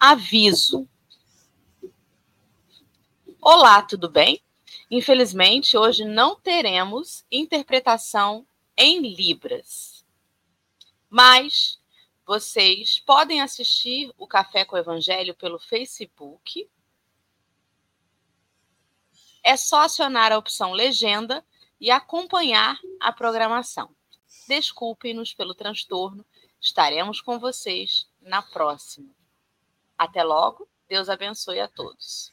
aviso. Olá, tudo bem? Infelizmente, hoje não teremos interpretação em Libras. Mas vocês podem assistir o Café com o Evangelho pelo Facebook. É só acionar a opção Legenda e acompanhar a programação. Desculpem-nos pelo transtorno. Estaremos com vocês na próxima. Até logo. Deus abençoe a todos.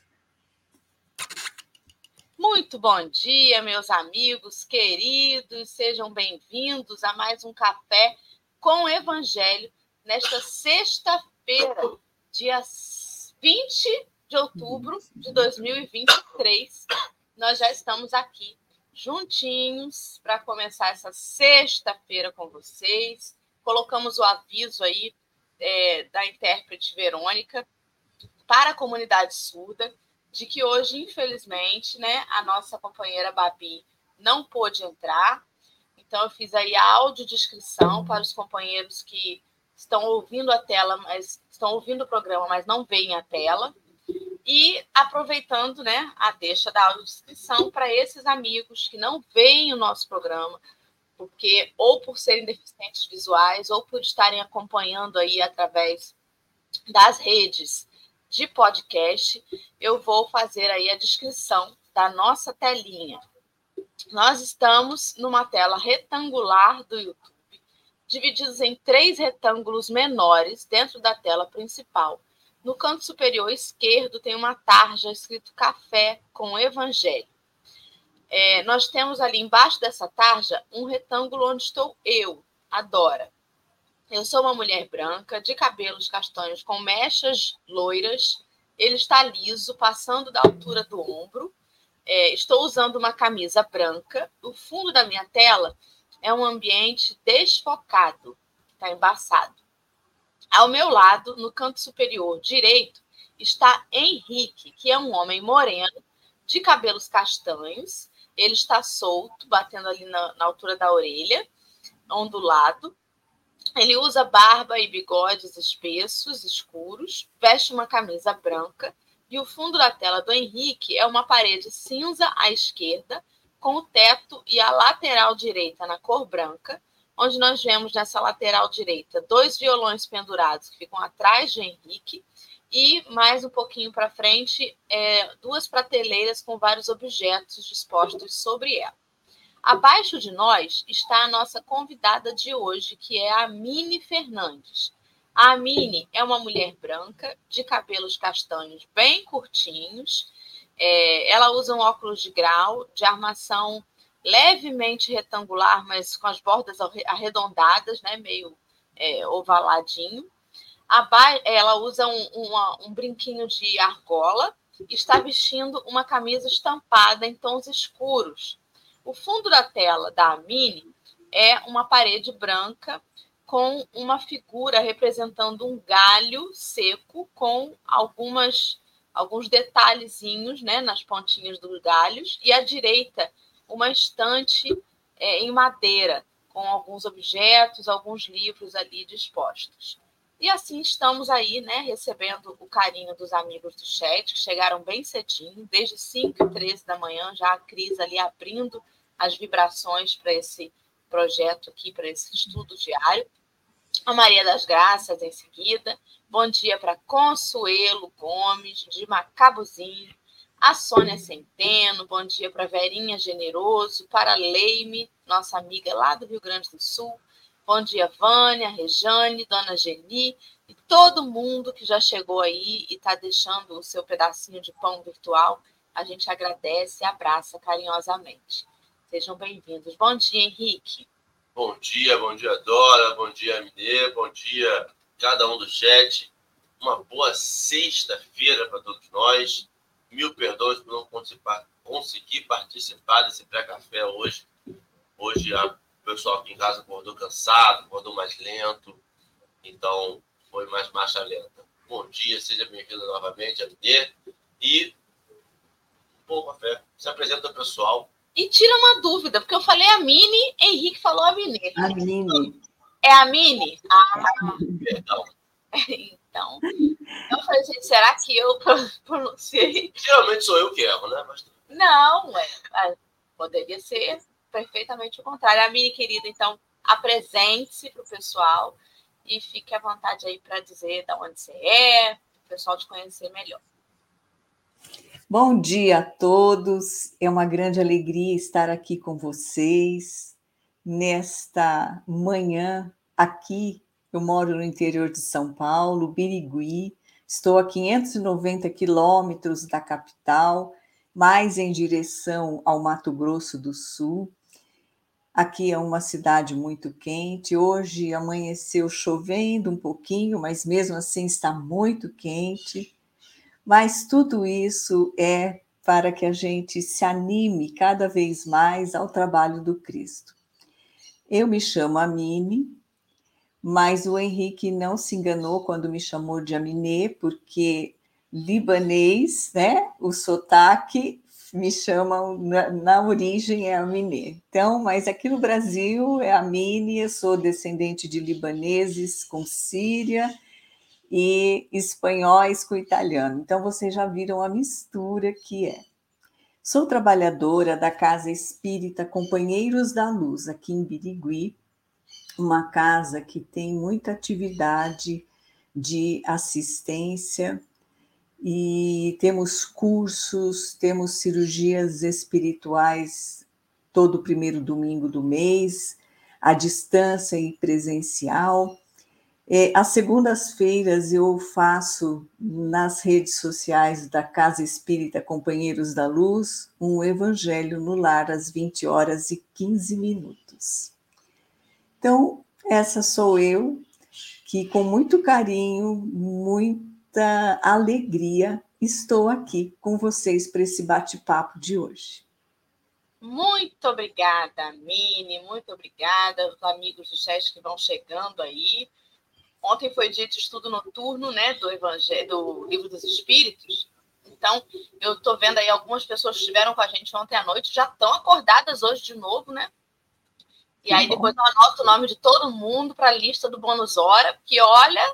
Muito bom dia, meus amigos queridos. Sejam bem-vindos a mais um Café com o Evangelho nesta sexta-feira, dia 20 de outubro de 2023. Nós já estamos aqui juntinhos para começar essa sexta-feira com vocês. Colocamos o aviso aí da intérprete Verônica para a comunidade surda de que hoje, infelizmente, né, a nossa companheira Babi não pôde entrar. Então, eu fiz aí a audiodescrição para os companheiros que estão ouvindo a tela, mas estão ouvindo o programa, mas não veem a tela. E aproveitando, né, a deixa da audiodescrição para esses amigos que não veem o nosso programa, porque ou por serem deficientes visuais ou por estarem acompanhando aí através das redes de podcast, eu vou fazer aí a descrição da nossa telinha. Nós estamos numa tela retangular do YouTube, divididos em 3 retângulos menores dentro da tela principal. No canto superior esquerdo tem uma tarja escrito Café com o Evangelho. Nós temos ali embaixo dessa tarja um retângulo onde estou eu, a Dora. Eu sou uma mulher branca, de cabelos castanhos com mechas loiras. Ele está liso, passando da altura do ombro. Estou usando uma camisa branca. O fundo da minha tela é um ambiente desfocado, está embaçado. Ao meu lado, no canto superior direito, está Henrique, que é um homem moreno, de cabelos castanhos. Ele está solto, batendo ali na altura da orelha, ondulado. Ele usa barba e bigodes espessos, escuros, veste uma camisa branca e o fundo da tela do Henrique é uma parede cinza à esquerda, com o teto e a lateral direita na cor branca, onde nós vemos nessa lateral direita 2 violões pendurados que ficam atrás de Henrique e mais um pouquinho para frente 2 prateleiras com vários objetos dispostos sobre ela. Abaixo de nós está a nossa convidada de hoje, que é a Mini Fernandes. A Mini é uma mulher branca, de cabelos castanhos bem curtinhos. Ela usa um óculos de grau, de armação levemente retangular, mas com as bordas arredondadas, né, meio ovaladinho. Ela usa um brinquinho de argola e está vestindo uma camisa estampada em tons escuros. O fundo da tela da Mini é uma parede branca com uma figura representando um galho seco com alguns detalhezinhos, né, nas pontinhas dos galhos. E à direita, uma estante em madeira com alguns objetos, alguns livros ali dispostos. E assim estamos aí, né, recebendo o carinho dos amigos do chat, que chegaram bem cedinho, desde 5h13 da manhã, já a Cris ali abrindo as vibrações para esse projeto aqui, para esse estudo diário. A Maria das Graças em seguida. Bom dia para Consuelo Gomes, de Macabuzinho. A Sônia Centeno, bom dia para Verinha Generoso, para Leime, nossa amiga lá do Rio Grande do Sul. Bom dia, Vânia, Rejane, Dona Geni e todo mundo que já chegou aí e está deixando o seu pedacinho de pão virtual. A gente agradece e abraça carinhosamente. Sejam bem-vindos. Bom dia, Henrique. Bom dia, Dora, bom dia, MD, bom dia cada um do chat. Uma boa sexta-feira para todos nós. Mil perdões por não conseguir participar desse pré-café hoje. Hoje o pessoal aqui em casa acordou cansado, acordou mais lento, então foi mais marcha lenta. Bom dia, seja bem-vindo novamente, MD. E bom café. Se apresenta ao pessoal. E tira uma dúvida, porque eu falei a Mini, Henrique falou a Mini. A Mini. É a Mini? Perdão. Então, eu falei, gente, será que eu pronunciei? Geralmente sou eu que erro, né? Mas... Não, poderia ser perfeitamente o contrário. A Mini, querida, então, apresente-se para o pessoal e fique à vontade aí para dizer de onde você é, para o pessoal te conhecer melhor. Bom dia a todos, é uma grande alegria estar aqui com vocês nesta manhã aqui. Eu moro no interior de São Paulo, Birigui, estou a 590 quilômetros da capital, mais em direção ao Mato Grosso do Sul. Aqui é uma cidade muito quente, hoje amanheceu chovendo um pouquinho, mas mesmo assim está muito quente. Mas tudo isso é para que a gente se anime cada vez mais ao trabalho do Cristo. Eu me chamo Amine, mas o Henrique não se enganou quando me chamou de Aminê, porque libanês, né? O sotaque me chamam, na origem é Aminê. Então, mas aqui no Brasil é Amine, eu sou descendente de libaneses com síria, e espanhóis com italiano. Então, vocês já viram a mistura que é. Sou trabalhadora da Casa Espírita Companheiros da Luz, aqui em Birigui, uma casa que tem muita atividade de assistência e temos cursos, temos cirurgias espirituais todo primeiro domingo do mês, à distância e presencial. Às segundas-feiras eu faço nas redes sociais da Casa Espírita Companheiros da Luz um Evangelho no Lar às 20h15. Então, essa sou eu, que com muito carinho, muita alegria, estou aqui com vocês para esse bate-papo de hoje. Muito obrigada, Mini, muito obrigada, os amigos do chat que vão chegando aí. Ontem foi dia de estudo noturno, né, do Evangelho, do Livro dos Espíritos. Então, eu estou vendo aí algumas pessoas que estiveram com a gente ontem à noite, já estão acordadas hoje de novo, né? E aí depois eu anoto o nome de todo mundo para a lista do Bônus Hora, porque olha,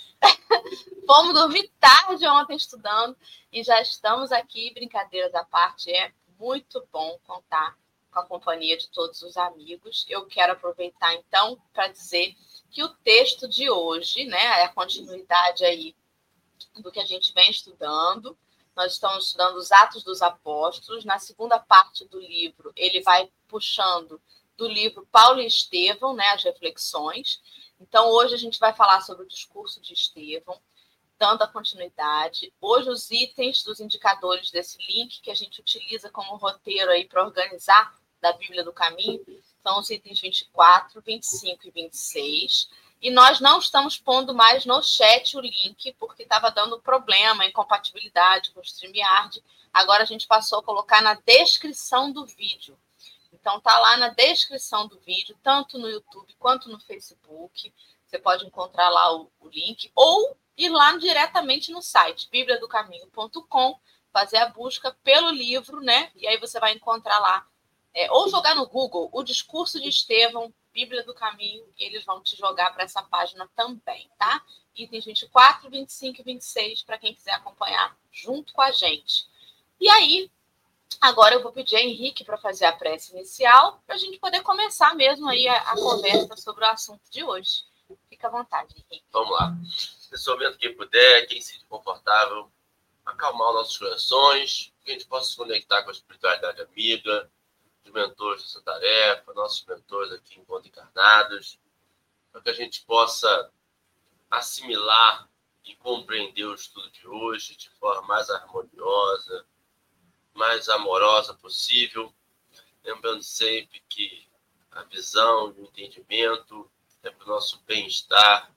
fomos dormir tarde ontem estudando e já estamos aqui, brincadeiras à parte, é muito bom contar com a companhia de todos os amigos. Eu quero aproveitar, então, para dizer que o texto de hoje, né, é a continuidade aí do que a gente vem estudando. Nós estamos estudando os Atos dos Apóstolos. Na segunda parte do livro, ele vai puxando do livro Paulo e Estevão, né, as reflexões. Então, hoje a gente vai falar sobre o discurso de Estevão, dando a continuidade. Hoje, os itens dos indicadores desse link que a gente utiliza como roteiro aí para organizar da Bíblia do Caminho são os itens 24, 25 e 26. E nós não estamos pondo mais no chat o link, porque estava dando problema, incompatibilidade com o StreamYard. Agora a gente passou a colocar na descrição do vídeo. Então, está lá na descrição do vídeo, tanto no YouTube quanto no Facebook. Você pode encontrar lá o link, ou ir lá diretamente no site, bibliadocaminho.com, fazer a busca pelo livro, né? E aí você vai encontrar lá, ou jogar no Google o discurso de Estevão, Bíblia do Caminho, e eles vão te jogar para essa página também, tá? Itens 24, 25 e 26, para quem quiser acompanhar junto com a gente. E aí, agora eu vou pedir a Henrique para fazer a prece inicial, para a gente poder começar mesmo aí a conversa sobre o assunto de hoje. Fica à vontade, Henrique. Vamos lá. Nesse momento, quem puder, quem se sentir confortável, acalmar os nossos corações, que a gente possa se conectar com a espiritualidade amiga, os mentores dessa tarefa, nossos mentores aqui enquanto encarnados, para que a gente possa assimilar e compreender o estudo de hoje de forma mais harmoniosa, mais amorosa possível, lembrando sempre que a visão e o entendimento é para o nosso bem-estar,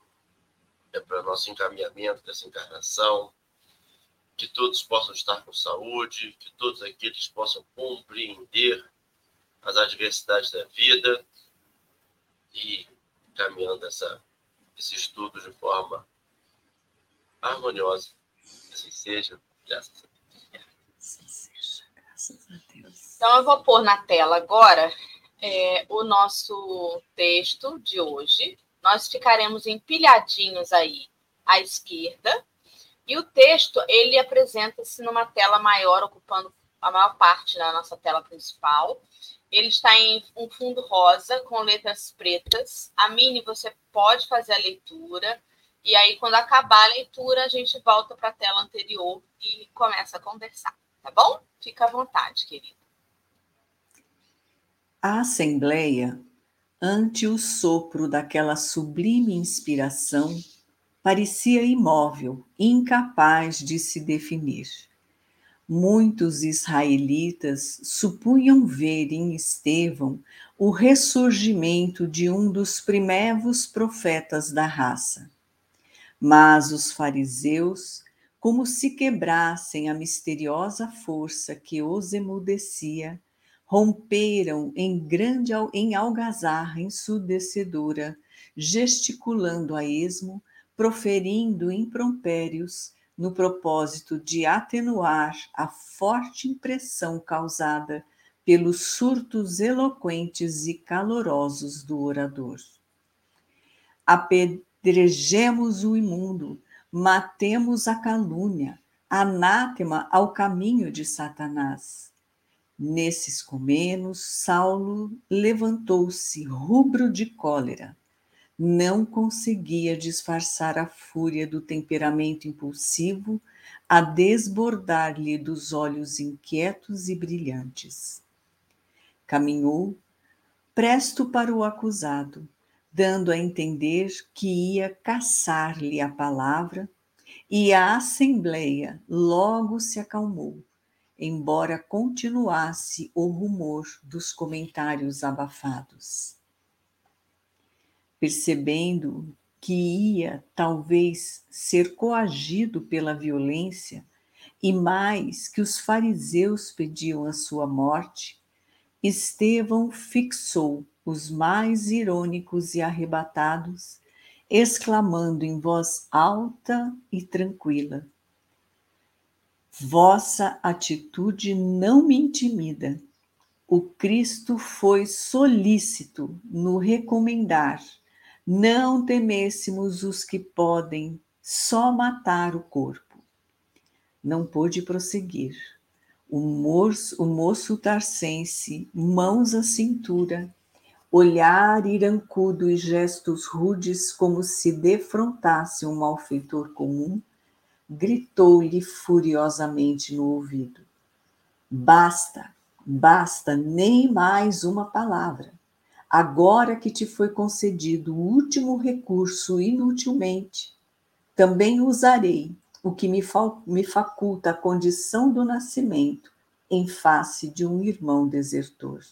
é para o nosso encaminhamento dessa encarnação, que todos possam estar com saúde, que todos aqueles possam compreender as adversidades da vida e caminhando esse estudo de forma harmoniosa. Assim seja, graças a Deus. Assim seja, graças a Deus. Então, eu vou pôr na tela agora o nosso texto de hoje, Nós ficaremos empilhadinhos aí à esquerda. E o texto, ele apresenta-se numa tela maior, ocupando a maior parte da nossa tela principal. Ele está em um fundo rosa, com letras pretas. A Mini, você pode fazer a leitura. E aí, quando acabar a leitura, a gente volta para a tela anterior e começa a conversar. Tá bom? Fica à vontade, querido. A Assembleia, ante o sopro daquela sublime inspiração, parecia imóvel, incapaz de se definir. Muitos israelitas supunham ver em Estevão o ressurgimento de um dos primeiros profetas da raça. Mas os fariseus, como se quebrassem a misteriosa força que os emudecia, romperam em algazarra ensurdecedora, gesticulando a esmo, proferindo impropérios, no propósito de atenuar a forte impressão causada pelos surtos eloquentes e calorosos do orador. Apedrejemos o imundo, matemos a calúnia, anátema ao caminho de Satanás. Nesses comenos, Saulo levantou-se rubro de cólera. Não conseguia disfarçar a fúria do temperamento impulsivo a desbordar-lhe dos olhos inquietos e brilhantes. Caminhou, presto para o acusado, dando a entender que ia caçar-lhe a palavra, e a assembleia logo se acalmou, embora continuasse o rumor dos comentários abafados. Percebendo que ia, talvez, ser coagido pela violência, e mais que os fariseus pediam a sua morte, Estevão fixou os mais irônicos e arrebatados, exclamando em voz alta e tranquila: vossa atitude não me intimida. O Cristo foi solícito no recomendar: não temêssemos os que podem só matar o corpo. Não pôde prosseguir. O moço tarcense, mãos à cintura, olhar irancudo e gestos rudes como se defrontasse um malfeitor comum, gritou-lhe furiosamente no ouvido: basta, basta, nem mais uma palavra. Agora que te foi concedido o último recurso inutilmente, também usarei o que me faculta a condição do nascimento em face de um irmão desertor.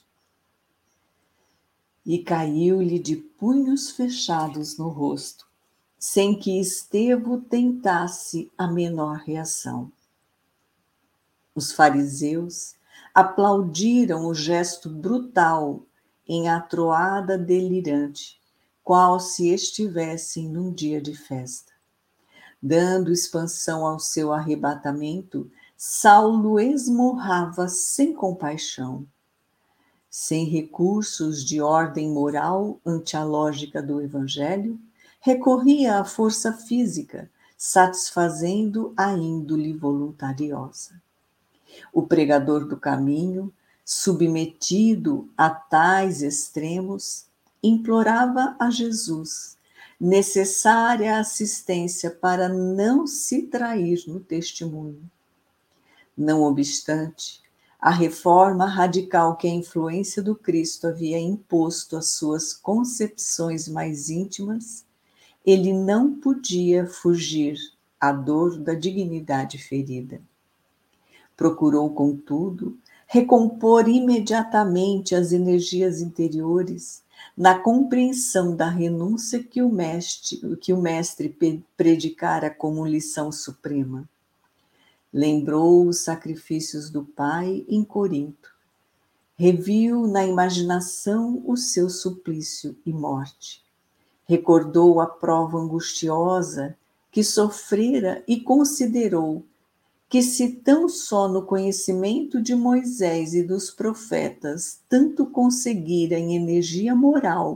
E caiu-lhe de punhos fechados no rosto, sem que Estevão tentasse a menor reação. Os fariseus aplaudiram o gesto brutal em atroada delirante, qual se estivessem num dia de festa. Dando expansão ao seu arrebatamento, Saulo esmurrava sem compaixão. Sem recursos de ordem moral ante a lógica do Evangelho, recorria à força física, satisfazendo a índole voluntariosa. O pregador do caminho, submetido a tais extremos, implorava a Jesus necessária assistência para não se trair no testemunho. Não obstante, a reforma radical que a influência do Cristo havia imposto às suas concepções mais íntimas, ele não podia fugir à dor da dignidade ferida. Procurou, contudo, recompor imediatamente as energias interiores na compreensão da renúncia que o mestre predicara como lição suprema. Lembrou os sacrifícios do Pai em Corinto. Reviu na imaginação o seu suplício e morte. Recordou a prova angustiosa que sofrera e considerou que se tão só no conhecimento de Moisés e dos profetas tanto conseguira em energia moral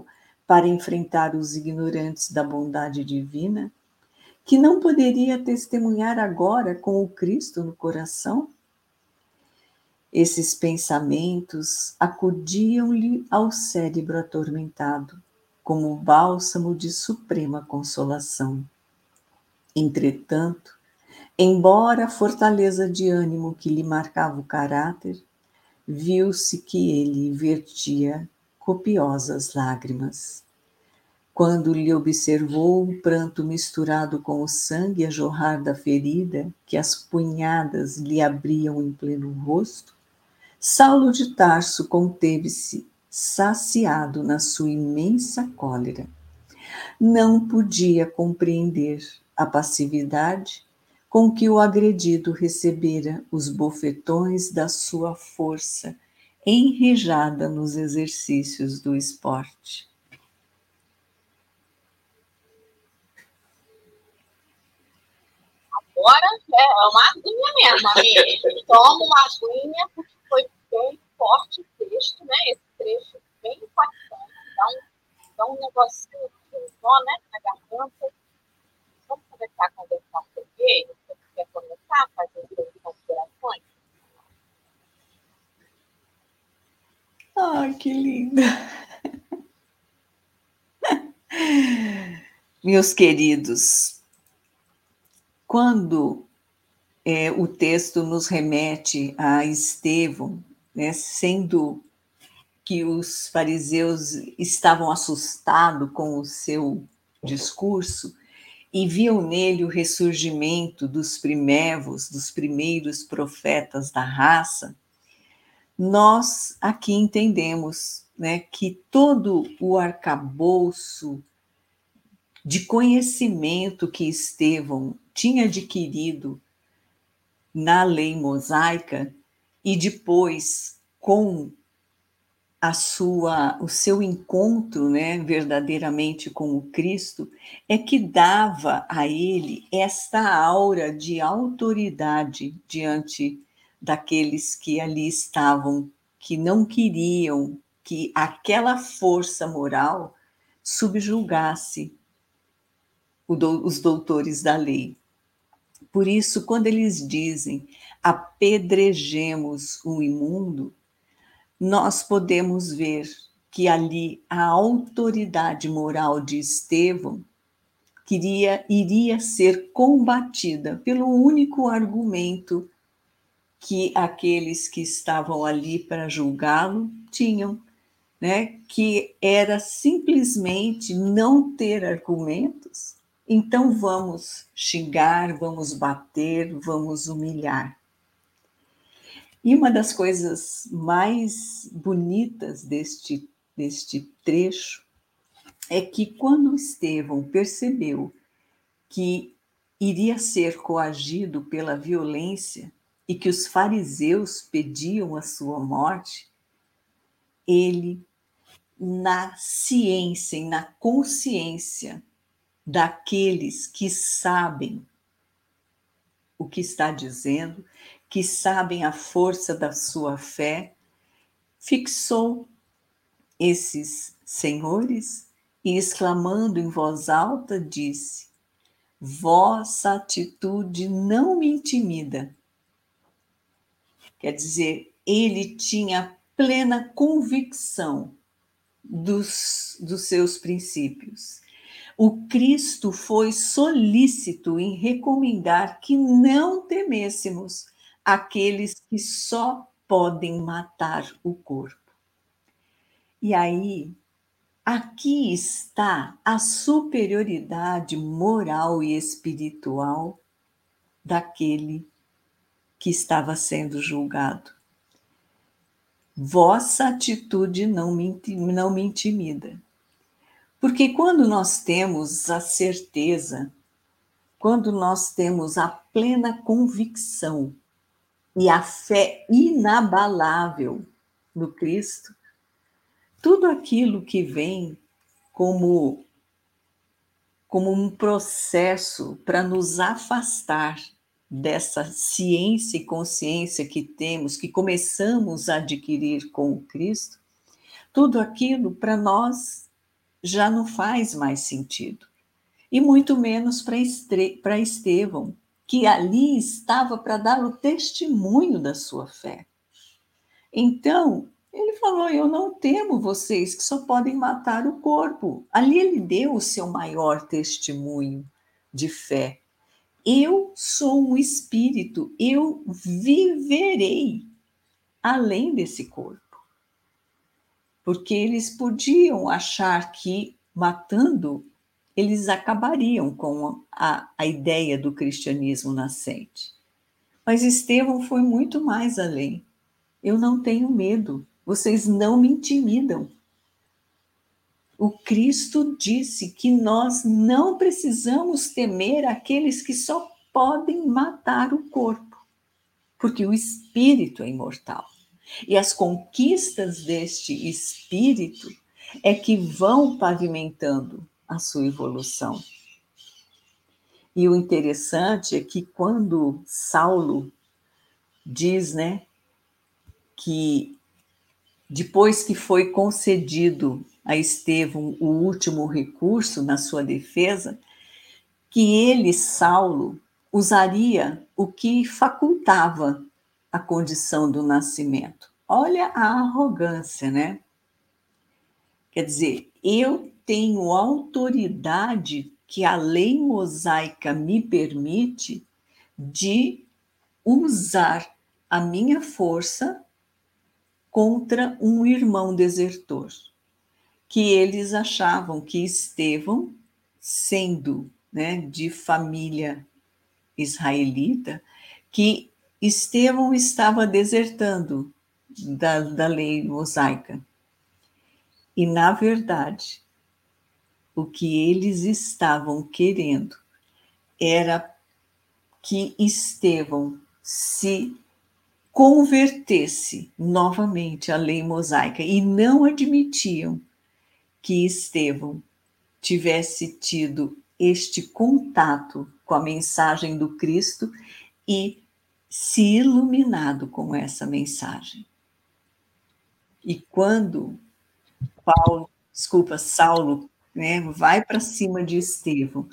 para enfrentar os ignorantes da bondade divina, que não poderia testemunhar agora com o Cristo no coração? Esses pensamentos acudiam-lhe ao cérebro atormentado, como bálsamo de suprema consolação. Entretanto, embora a fortaleza de ânimo que lhe marcava o caráter, viu-se que ele vertia copiosas lágrimas. Quando lhe observou o pranto misturado com o sangue a jorrar da ferida que as punhadas lhe abriam em pleno rosto, Saulo de Tarso conteve-se, saciado na sua imensa cólera. Não podia compreender a passividade com que o agredido recebera os bofetões da sua força enrijada nos exercícios do esporte. Agora é uma aguinha mesmo, amiga. Toma uma aguinha, porque foi bem forte o texto, né? Esse trecho bem impactante. Dá um negocinho, um nó, né, na garganta. Vamos começar a conversar um pouquinho? Você quer começar a fazer suas considerações? Ai, que linda! Meus queridos, quando o texto nos remete a Estevão, né, sendo que os fariseus estavam assustados com o seu discurso e viam nele o ressurgimento dos primevos, dos primeiros profetas da raça, nós aqui entendemos, né, que todo o arcabouço de conhecimento que Estevão tinha adquirido na lei mosaica e depois com o seu encontro, né, verdadeiramente com o Cristo, é que dava a ele esta aura de autoridade diante daqueles que ali estavam, que não queriam que aquela força moral subjugasse os doutores da lei. Por isso, quando eles dizem apedrejemos o imundo, nós podemos ver que ali a autoridade moral de Estevão iria ser combatida pelo único argumento que aqueles que estavam ali para julgá-lo tinham, né? Que era simplesmente não ter argumentos. Então vamos xingar, vamos bater, vamos humilhar. E uma das coisas mais bonitas deste trecho é que quando Estevão percebeu que iria ser coagido pela violência e que os fariseus pediam a sua morte, ele, na ciência e na consciência daqueles que sabem o que está dizendo, que sabem a força da sua fé, fixou esses senhores e, exclamando em voz alta, disse: vossa atitude não me intimida. Quer dizer, ele tinha plena convicção dos seus princípios. O Cristo foi solícito em recomendar que não temêssemos aqueles que só podem matar o corpo. E aí, aqui está a superioridade moral e espiritual daquele que estava sendo julgado. Vossa atitude não me intimida. Porque quando nós temos a certeza, quando nós temos a plena convicção e a fé inabalável no Cristo, tudo aquilo que vem como um processo para nos afastar dessa ciência e consciência que temos, que começamos a adquirir com o Cristo, tudo aquilo para nós já não faz mais sentido. E muito menos para Estevão, que ali estava para dar o testemunho da sua fé. Então, ele falou: eu não temo vocês que só podem matar o corpo. Ali ele deu o seu maior testemunho de fé. Eu sou um espírito, eu viverei além desse corpo. Porque eles podiam achar que, matando, eles acabariam com a ideia do cristianismo nascente. Mas Estevão foi muito mais além. Eu não tenho medo, vocês não me intimidam. O Cristo disse que nós não precisamos temer aqueles que só podem matar o corpo, porque o espírito é imortal. E as conquistas deste espírito é que vão pavimentando a sua evolução. E o interessante é que quando Saulo diz, né, que depois que foi concedido a Estevão o último recurso na sua defesa, que ele, Saulo, usaria o que facultava a condição do nascimento. Olha a arrogância, né? Quer dizer, eu tenho autoridade que a lei mosaica me permite de usar a minha força contra um irmão desertor, que eles achavam que Estevão, sendo, né, de família israelita, que Estevão estava desertando da lei mosaica. E, na verdade, o que eles estavam querendo era que Estevão se convertesse novamente à lei mosaica e não admitiam que Estevão tivesse tido este contato com a mensagem do Cristo e se iluminado com essa mensagem. E quando Saulo, né, vai para cima de Estevão,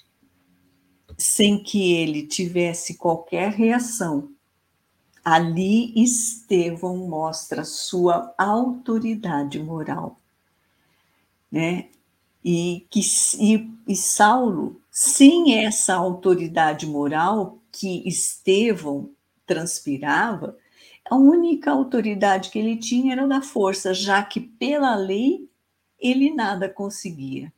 sem que ele tivesse qualquer reação, ali Estevão mostra sua autoridade moral, né? E Saulo, sem essa autoridade moral que Estevão transpirava, a única autoridade que ele tinha era da força, já que pela lei ele nada conseguia.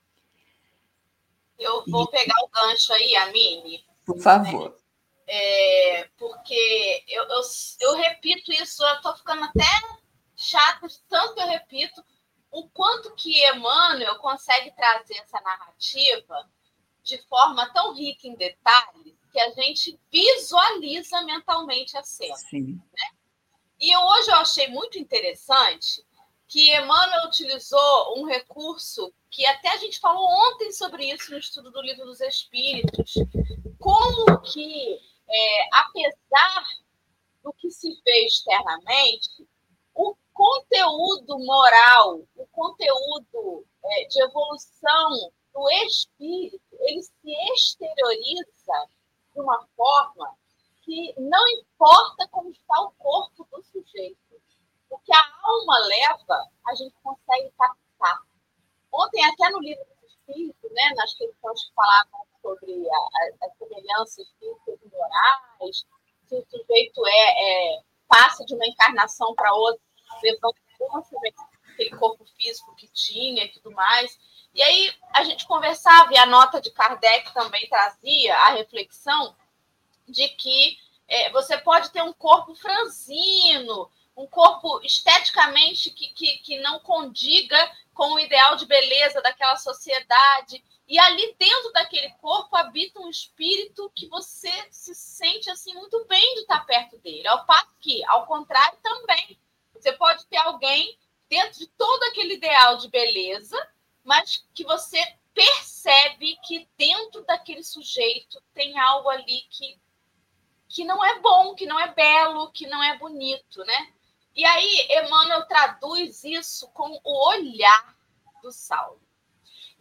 Eu vou pegar o gancho aí, Amine. Por favor. Porque eu repito isso, eu estou ficando até chata de tanto que eu repito, o quanto que Emmanuel consegue trazer essa narrativa de forma tão rica em detalhes que a gente visualiza mentalmente a cena. Sim. Né? E hoje eu achei muito interessante que Emmanuel utilizou um recurso que até a gente falou ontem sobre isso no estudo do Livro dos Espíritos, como que, apesar do que se vê externamente, o conteúdo moral, o conteúdo de evolução do espírito, ele se exterioriza de uma forma que não importa como está o corpo do sujeito. O que a alma leva, a gente consegue captar. Ontem, até no Livro dos Espíritos, né, nas questões que falavam sobre as semelhanças físicas e morais, se o sujeito passa de uma encarnação para outra, levando aquele corpo físico que tinha e tudo mais. E aí a gente conversava, e a nota de Kardec também trazia a reflexão de que você pode ter um corpo franzino, um corpo esteticamente que não condiga com o ideal de beleza daquela sociedade, e ali dentro daquele corpo habita um espírito que você se sente assim muito bem de estar perto dele. Ao passo que, ao contrário, também você pode ter alguém dentro de todo aquele ideal de beleza, mas que você percebe que dentro daquele sujeito tem algo ali que não é bom, que não é belo, que não é bonito, né? E aí Emmanuel traduz isso com o olhar do Saulo.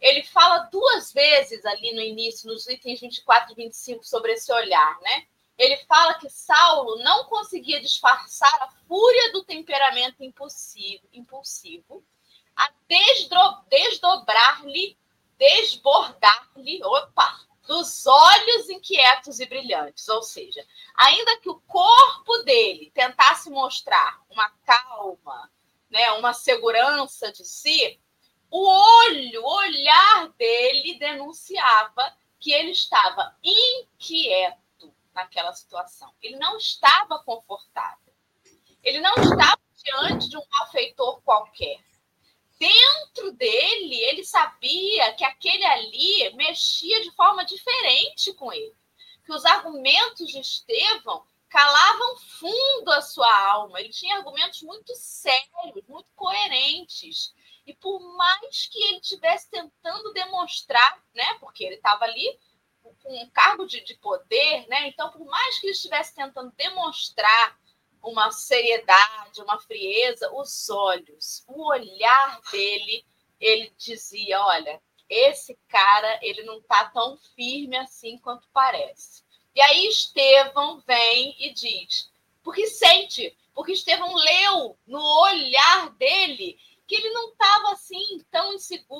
ele fala 2 vezes ali no início, nos itens 24 e 25, sobre esse olhar, né? Ele fala que Saulo não conseguia disfarçar a fúria do temperamento impulsivo a desdobrar-lhe, desbordar-lhe, dos olhos inquietos e brilhantes. Ou seja, ainda que o corpo dele tentasse mostrar uma calma, né, uma segurança de si, o olhar dele denunciava que ele estava inquieto naquela situação. Ele não estava confortável. Ele não estava diante de um malfeitor qualquer. Dentro dele, ele sabia que aquele ali mexia de forma diferente com ele. Que os argumentos de Estevão calavam fundo a sua alma. Ele tinha argumentos muito sérios, muito coerentes. E por mais que ele estivesse tentando demonstrar, né, porque ele estava ali com um cargo de poder, né? Então, por mais que ele estivesse tentando demonstrar uma seriedade, uma frieza, os olhos, o olhar dele, ele dizia, olha, esse cara, ele não está tão firme assim quanto parece. E aí Estevão vem e diz, porque Estevão leu no olhar dele que ele não estava assim tão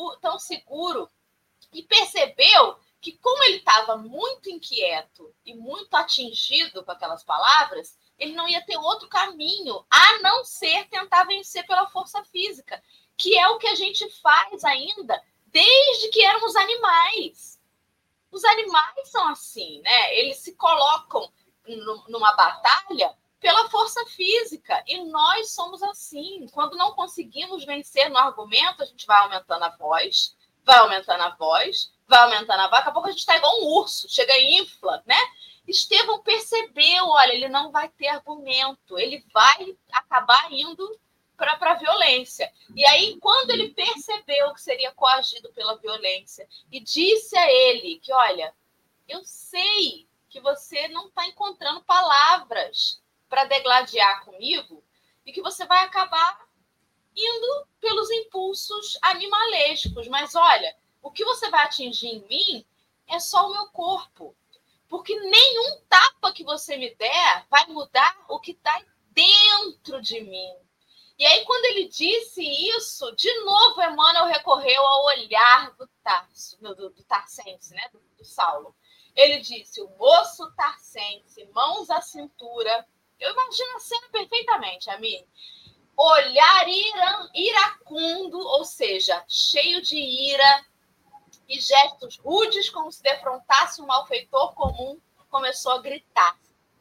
seguro e percebeu que, como ele estava muito inquieto e muito atingido com aquelas palavras, ele não ia ter outro caminho a não ser tentar vencer pela força física, que é o que a gente faz ainda desde que éramos animais. Os animais são assim, né? Eles se colocam numa batalha pela força física, e nós somos assim. Quando não conseguimos vencer no argumento, a gente vai aumentando a voz, vai aumentando a voz, vai aumentando a voz, daqui a pouco a gente está igual um urso, chega e infla, né? Estevão percebeu, olha, ele não vai ter argumento, ele vai acabar indo para a violência. E aí, quando ele percebeu que seria coagido pela violência e disse a ele que, olha, eu sei que você não está encontrando palavras para degladiar comigo e que você vai acabar indo pelos impulsos animalescos, mas olha, o que você vai atingir em mim é só o meu corpo. Porque nenhum tapa que você me der vai mudar o que está dentro de mim. E aí, quando ele disse isso, de novo, Emmanuel recorreu ao olhar do Tarsense, né? do Saulo. Ele disse, o moço Tarsense, mãos à cintura. Eu imagino a cena perfeitamente, amigo. Olhar iracundo, ou seja, cheio de ira, e gestos rudes, como se defrontasse um malfeitor comum, começou a gritar.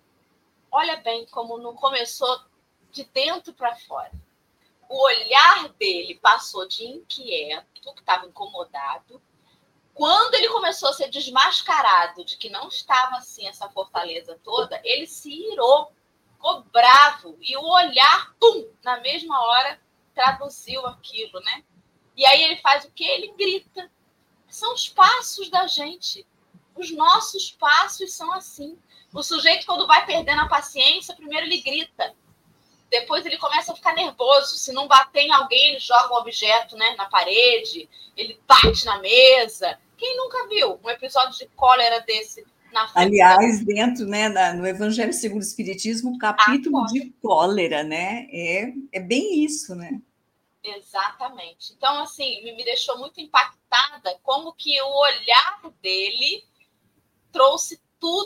Olha bem como não começou de dentro para fora. O olhar dele passou de inquieto, que estava incomodado. Quando ele começou a ser desmascarado de que não estava assim essa fortaleza toda, ele se irou, ficou bravo. E o olhar, na mesma hora, traduziu aquilo, né? E aí ele faz o quê? Ele grita. São os passos da gente. Os nossos passos são assim. O sujeito, quando vai perdendo a paciência, primeiro ele grita. Depois ele começa a ficar nervoso. Se não bater em alguém, ele joga um objeto, né, na parede. Ele bate na mesa. Quem nunca viu um episódio de cólera desse na frente? Aliás, dentro, né, no Evangelho segundo o Espiritismo, o capítulo de cólera, né? É bem isso, né? Exatamente. Então, assim, me deixou muito impactada como que o olhar dele trouxe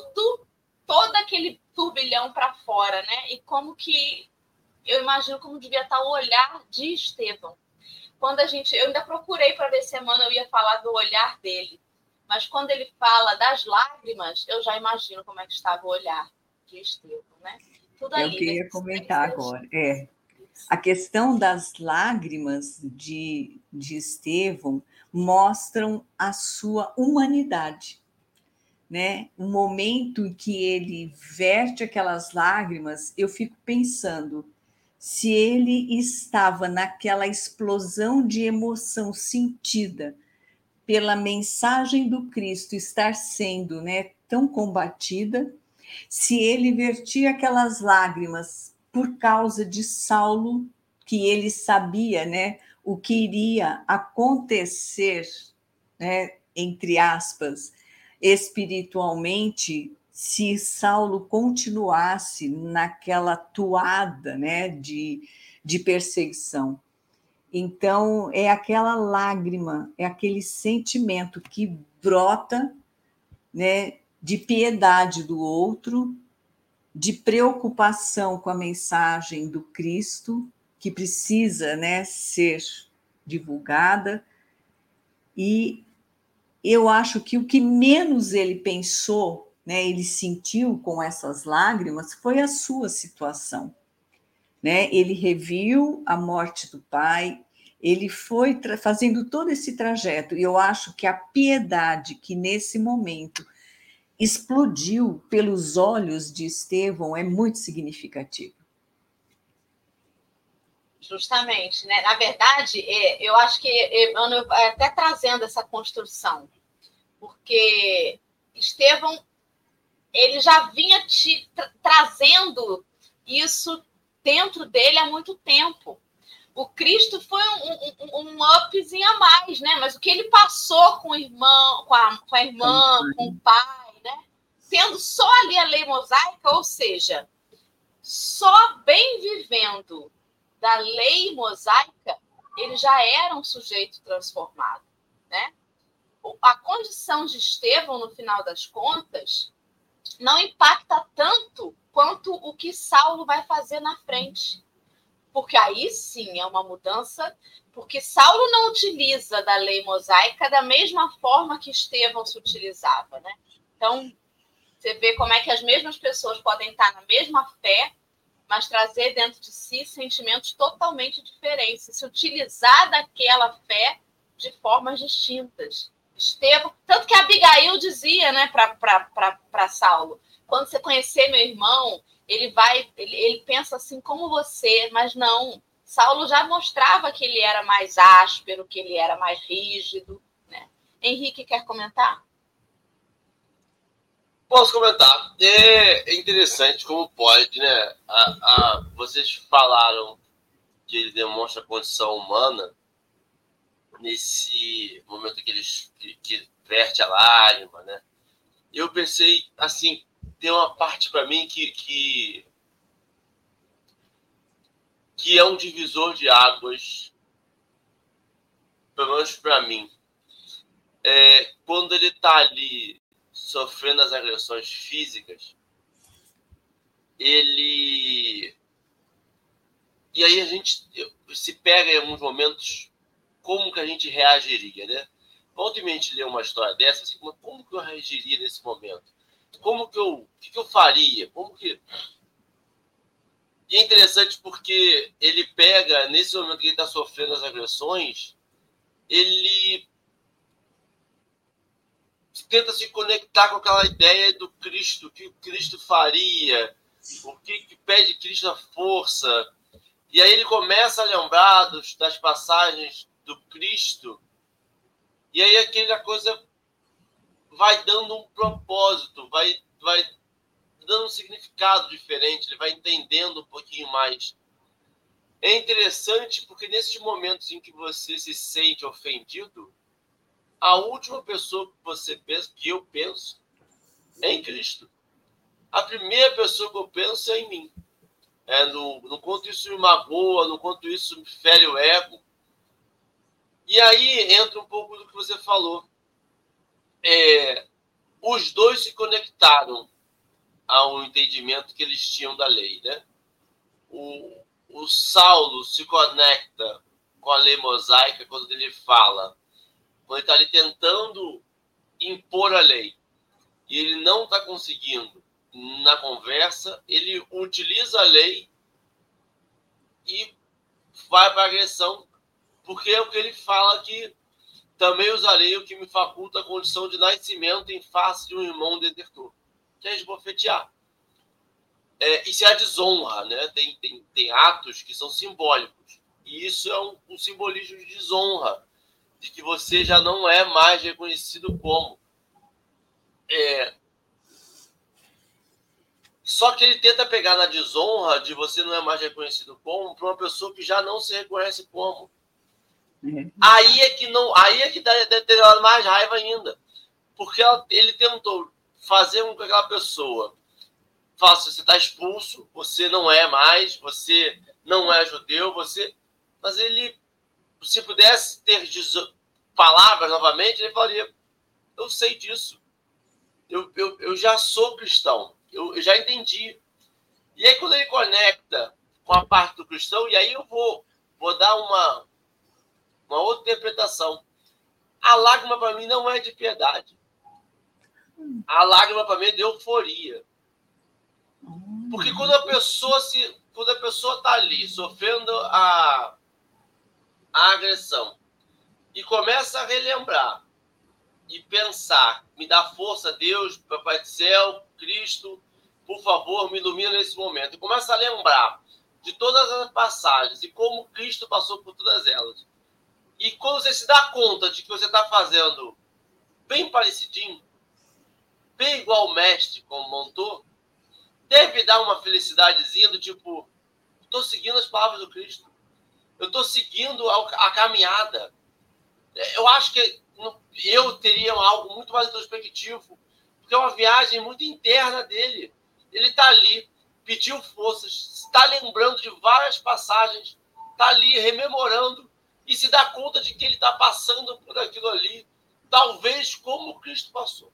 todo aquele turbilhão para fora, né? E como que, eu imagino como devia estar o olhar de Estevão. Quando eu ainda procurei para ver se semana eu ia falar do olhar dele, mas quando ele fala das lágrimas, eu já imagino como é que estava o olhar de Estevão, né? Tudo ali. É o que eu ia comentar agora. A questão das lágrimas de Estevão mostram a sua humanidade, né? O momento em que ele verte aquelas lágrimas, eu fico pensando se ele estava naquela explosão de emoção sentida pela mensagem do Cristo estar sendo, né, tão combatida, se ele vertia aquelas lágrimas por causa de Saulo, que ele sabia, né, o que iria acontecer né, entre aspas, espiritualmente, se Saulo continuasse naquela toada, né, de perseguição. Então, é aquela lágrima, é aquele sentimento que brota, né, de piedade do outro, de preocupação com a mensagem do Cristo, que precisa, né, ser divulgada. E eu acho que o que menos ele pensou, né, ele sentiu com essas lágrimas, foi a sua situação, né? Ele reviu a morte do pai, ele foi fazendo todo esse trajeto, e eu acho que a piedade que nesse momento explodiu pelos olhos de Estevão é muito significativa. Justamente, né? Na verdade, eu acho que Emmanuel vai até trazendo essa construção, porque Estevão ele já vinha trazendo isso dentro dele há muito tempo. O Cristo foi um upzinho a mais, né? Mas o que ele passou com o irmão, com a irmã, com o pai, né? Tendo só ali a lei mosaica, ou seja, só bem vivendo da lei mosaica, ele já era um sujeito transformado, né? A condição de Estevão, no final das contas, não impacta tanto quanto o que Saulo vai fazer na frente. Porque aí sim é uma mudança, porque Saulo não utiliza da lei mosaica da mesma forma que Estevão se utilizava, né? Então, você vê como é que as mesmas pessoas podem estar na mesma fé, mas trazer dentro de si sentimentos totalmente diferentes, se utilizar daquela fé de formas distintas. Estevão, tanto que Abigail dizia, né, para Saulo, quando você conhecer meu irmão, ele pensa assim como você, mas não. Saulo já mostrava que ele era mais áspero, que ele era mais rígido, né? Henrique, quer comentar? Posso comentar. É interessante como pode, né? Vocês falaram que ele demonstra a condição humana nesse momento que verte a lágrima, né? Eu pensei, assim, tem uma parte para mim que é um divisor de águas, pelo menos para mim. Quando ele está ali sofrendo as agressões físicas, ele... E aí a gente se pega em alguns momentos como que a gente reagiria, né? Volta e meia a gente lê uma história dessa, assim, como que eu reagiria nesse momento? O que eu faria? E é interessante porque ele pega, nesse momento que ele está sofrendo as agressões, ele tenta se conectar com aquela ideia do Cristo, o que o Cristo faria, o que pede Cristo a força. E aí ele começa a lembrar das passagens do Cristo, e aí aquela coisa vai dando um propósito, vai dando um significado diferente, ele vai entendendo um pouquinho mais. É interessante porque nesses momentos em que você se sente ofendido, a última pessoa que você pensa, que eu penso, é em Cristo. A primeira pessoa que eu penso é em mim. No quanto isso me magoa, no quanto isso me fere o ego. E aí entra um pouco do que você falou. Os dois se conectaram ao entendimento que eles tinham da lei, né? O Saulo se conecta com a lei mosaica quando ele fala, quando ele está ali tentando impor a lei e ele não está conseguindo na conversa, ele utiliza a lei e vai para a agressão, porque é o que ele fala, que também usarei o que me faculta a condição de nascimento em face de um irmão desertor, que é esbofetear. Isso é a desonra, né? Tem atos que são simbólicos, e isso é um simbolismo de desonra, de que você já não é mais reconhecido como. Só que ele tenta pegar na desonra de você não é mais reconhecido como para uma pessoa que já não se reconhece como. Aí é que deve ter dado mais raiva ainda. Porque ele tentou fazer com que aquela pessoa faça, você está expulso, você não é mais, você não é judeu, mas ele, se pudesse ter palavras novamente, ele falaria, eu sei disso. Eu já sou cristão, eu já entendi. E aí, quando ele conecta com a parte do cristão, e aí eu vou dar uma outra interpretação. A lágrima, para mim, não é de piedade. A lágrima, para mim, é de euforia. Porque quando a pessoa está ali, sofrendo a agressão, e começa a relembrar, e pensar, me dá força, Deus, Papai do Céu, Cristo, por favor, me ilumina nesse momento. E começa a lembrar de todas as passagens e como Cristo passou por todas elas. E quando você se dá conta de que você está fazendo bem parecidinho, bem igual o mestre como montou, deve dar uma felicidadezinha do tipo, estou seguindo as palavras do Cristo. Eu estou seguindo a caminhada. Eu acho que eu teria algo muito mais introspectivo, porque é uma viagem muito interna dele. Ele está ali, pediu forças, está lembrando de várias passagens, está ali rememorando e se dá conta de que ele está passando por aquilo ali, talvez como Cristo passou.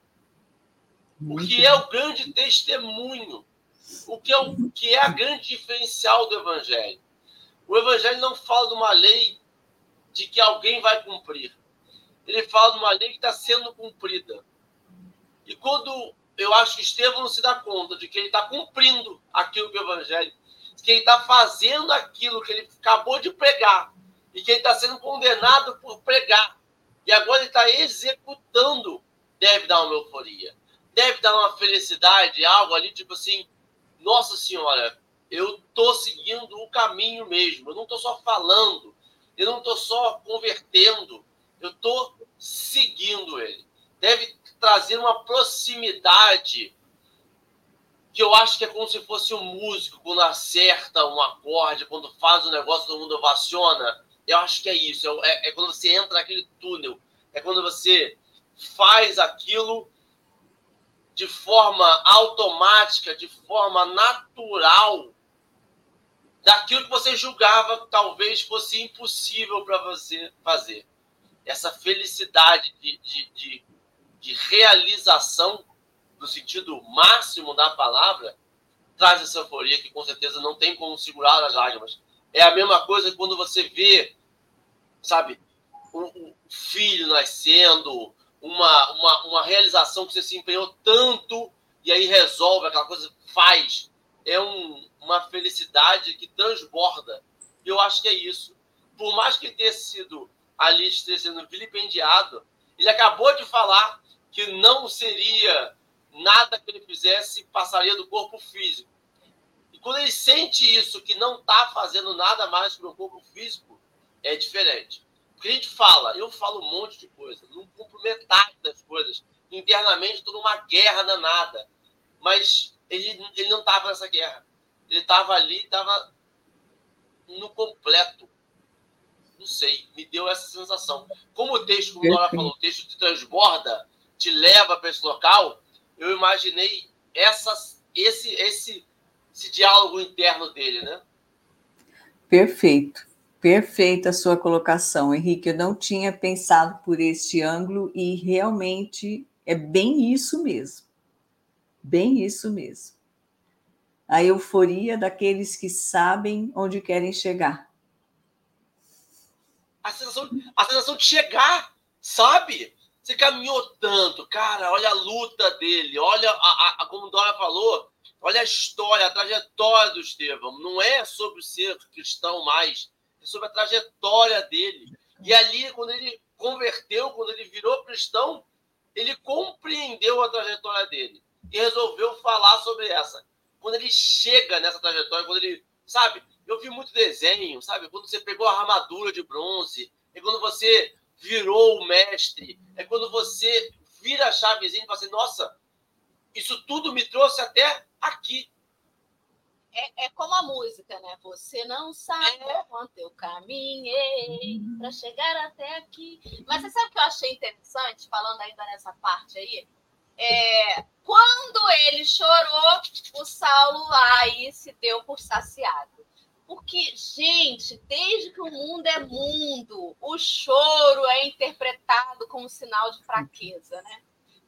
O que é o grande testemunho, o que é a grande diferencial do Evangelho. O Evangelho não fala de uma lei de que alguém vai cumprir. Ele fala de uma lei que está sendo cumprida. E quando eu acho que Estevão não se dá conta de que ele está cumprindo aquilo que o Evangelho, que ele está fazendo aquilo que ele acabou de pregar, e que ele está sendo condenado por pregar, e agora ele está executando, deve dar uma euforia, deve dar uma felicidade, algo ali tipo assim, Nossa Senhora, eu estou seguindo o caminho mesmo, eu não estou só falando, eu não estou só convertendo, eu estou seguindo ele. Deve trazer uma proximidade que eu acho que é como se fosse um músico quando acerta um acorde, quando faz um negócio, todo mundo ovaciona. Eu acho que é isso. É quando você entra naquele túnel. É quando você faz aquilo de forma automática, de forma natural, daquilo que você julgava que talvez fosse impossível para você fazer. Essa felicidade de realização, no sentido máximo da palavra, traz essa euforia que com certeza não tem como segurar as lágrimas. É a mesma coisa que quando você vê, sabe, um filho nascendo, uma realização que você se empenhou tanto e aí resolve aquela coisa, faz. É uma felicidade que transborda. E eu acho que é isso. Por mais que ele tenha sido ali, tenha sido vilipendiado, ele acabou de falar que não seria nada que ele fizesse passaria do corpo físico. E quando ele sente isso, que não está fazendo nada mais que o corpo físico, é diferente. Porque a gente fala, eu falo um monte de coisa, não cumpro metade das coisas. Internamente, estou numa guerra danada. Mas ele não estava nessa guerra. Ele estava ali, estava no completo. Não sei, me deu essa sensação. Como o texto, como a Nora falou, o texto te transborda, te leva para esse local, eu imaginei esse diálogo interno dele, né? Perfeito. Perfeita a sua colocação, Henrique. Eu não tinha pensado por este ângulo e realmente é bem isso mesmo. Bem isso mesmo. A euforia daqueles que sabem onde querem chegar. A sensação de chegar, sabe? Você caminhou tanto, cara, olha a luta dele, olha, como Dora falou, olha a história, a trajetória do Estevão. Não é sobre ser cristão mais, é sobre a trajetória dele. E ali, quando ele converteu, quando ele virou cristão, ele compreendeu a trajetória dele e resolveu falar sobre essa. Quando ele chega nessa trajetória, quando ele, sabe, eu vi muito desenho, sabe, quando você pegou a armadura de bronze, é quando você virou o mestre, é quando você vira a chavezinha e fala assim, nossa, isso tudo me trouxe até aqui. É como a música, né? Você não sabe quanto eu caminhei para chegar até aqui. Mas você sabe o que eu achei interessante, falando ainda nessa parte aí? Quando ele chorou, o Saulo aí se deu por saciado. Porque, gente, desde que o mundo é mundo, o choro é interpretado como sinal de fraqueza, né?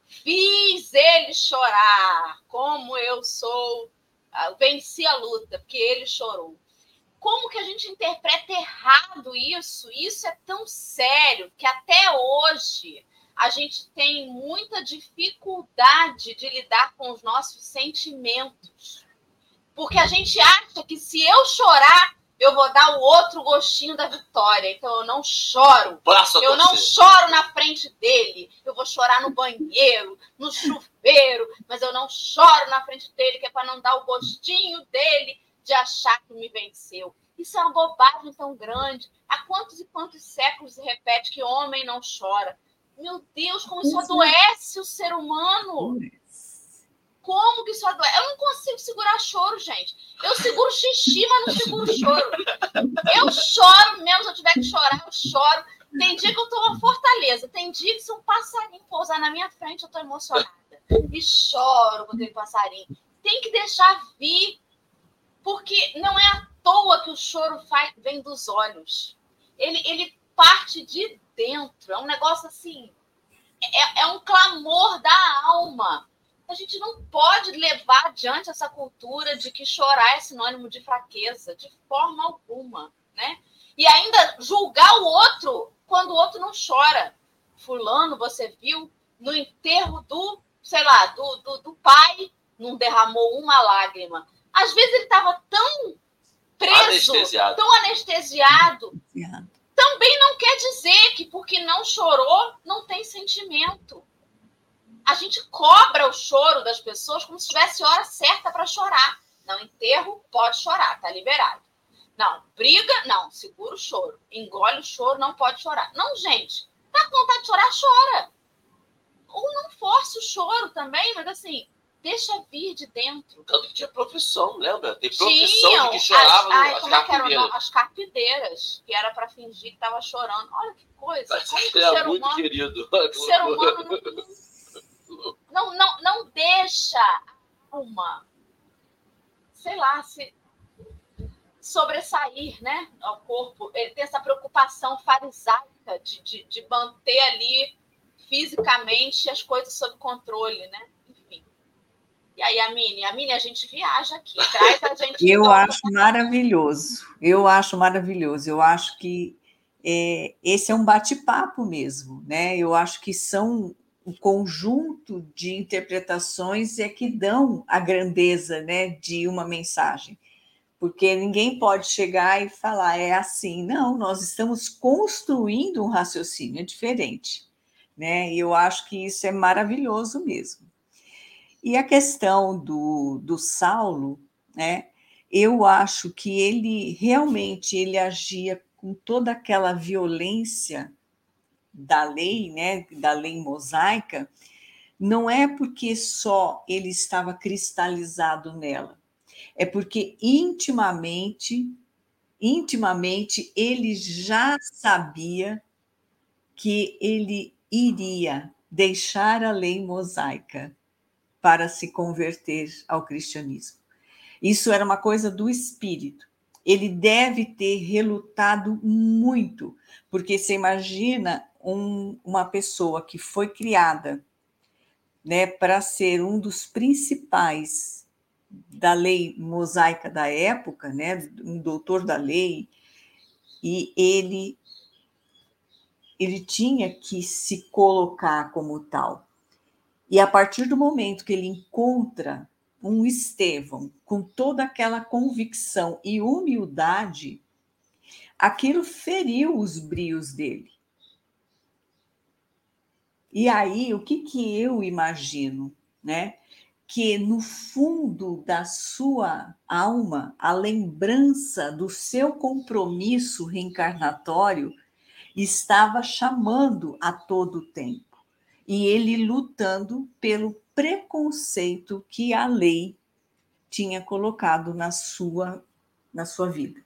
Fiz ele chorar, como eu sou, venci a luta, porque ele chorou. Como que a gente interpreta errado isso? Isso é tão sério que até hoje a gente tem muita dificuldade de lidar com os nossos sentimentos. Porque a gente acha que se eu chorar, eu vou dar o outro gostinho da vitória. Então eu não choro. Eu não choro na frente dele. Eu vou chorar no banheiro, no chuveiro, mas eu não choro na frente dele, que é para não dar o gostinho dele de achar que me venceu. Isso é uma bobagem tão grande. Há quantos e quantos séculos se repete que homem não chora? Meu Deus, como isso adoece o ser humano. Como que isso adoece? Eu não consigo segurar choro, gente. Eu seguro xixi, mas não seguro choro. Eu choro mesmo, se eu tiver que chorar, eu choro. Tem dia que eu tô uma fortaleza. Tem dia que se um passarinho pousar na minha frente, eu tô emocionada. E choro quando tem passarinho. Tem que deixar vir. Porque não é à toa que o choro vem dos olhos. Ele parte de dentro. É um negócio assim... É um clamor da alma. A gente não pode levar adiante essa cultura de que chorar é sinônimo de fraqueza, de forma alguma, né? E ainda julgar o outro quando o outro não chora. Fulano, você viu, no enterro do, sei lá, do pai, não derramou uma lágrima. Às vezes ele estava tão preso, tão anestesiado. Também não quer dizer que porque não chorou, não tem sentimento. A gente cobra o choro das pessoas como se tivesse hora certa para chorar. Não, enterro, pode chorar, tá liberado. Não, briga, não, segura o choro. Engole o choro, não pode chorar. Não, gente, tá com vontade de chorar, chora. Ou não force o choro também, mas assim, deixa vir de dentro. Tanto que tinha profissão, lembra? Tem profissão de que chorava as carpideiras. As carpideiras, que era para fingir que estava chorando. Olha que coisa. Como que o ser muito humano, querido. O ser humano não deixa uma, sei lá, se sobressair, né, ao corpo. Ele tem essa preocupação farisaica de manter ali fisicamente as coisas sob controle, né? Enfim. E aí, a Mini, a gente viaja aqui, traz a gente... Eu acho maravilhoso, eu acho que esse é um bate-papo mesmo, né? Eu acho que são um conjunto de interpretações que dão a grandeza, né, de uma mensagem. Porque ninguém pode chegar e falar, é assim. Não, nós estamos construindo um raciocínio diferente, né? E eu acho que isso é maravilhoso mesmo. E a questão do Saulo, né? Eu acho que ele realmente agia com toda aquela violência da lei, né? Da lei mosaica, não é porque só ele estava cristalizado nela, é porque intimamente ele já sabia que ele iria deixar a lei mosaica para se converter ao cristianismo. Isso era uma coisa do espírito. Ele deve ter relutado muito, porque você imagina uma pessoa que foi criada, né, para ser um dos principais da lei mosaica da época, né, um doutor da lei, e ele tinha que se colocar como tal. E a partir do momento que ele encontra um Estevão com toda aquela convicção e humildade, aquilo feriu os brios dele. E aí, o que eu imagino, né? Que no fundo da sua alma, a lembrança do seu compromisso reencarnatório estava chamando a todo tempo. E ele lutando pelo preconceito que a lei tinha colocado na sua vida.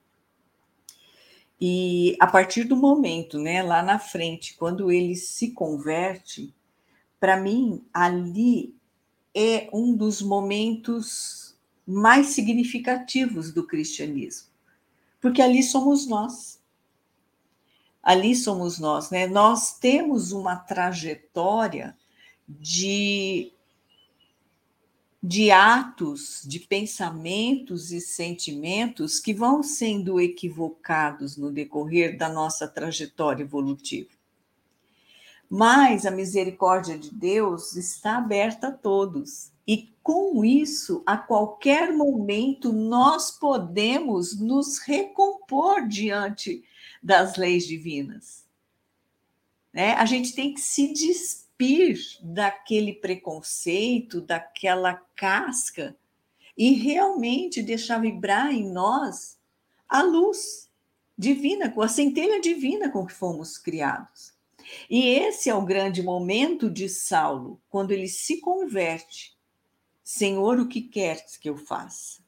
E a partir do momento, né, lá na frente, quando ele se converte, para mim, ali é um dos momentos mais significativos do cristianismo, porque ali somos nós. Ali somos nós, né? Nós temos uma trajetória de atos, de pensamentos e sentimentos que vão sendo equivocados no decorrer da nossa trajetória evolutiva. Mas a misericórdia de Deus está aberta a todos. E com isso, a qualquer momento, nós podemos nos recompor diante das leis divinas. Né? A gente tem que se despir daquele preconceito, daquela casca, e realmente deixar vibrar em nós a luz divina, com a centelha divina com que fomos criados. E esse é o grande momento de Saulo, quando ele se converte. Senhor, o que queres que eu faça?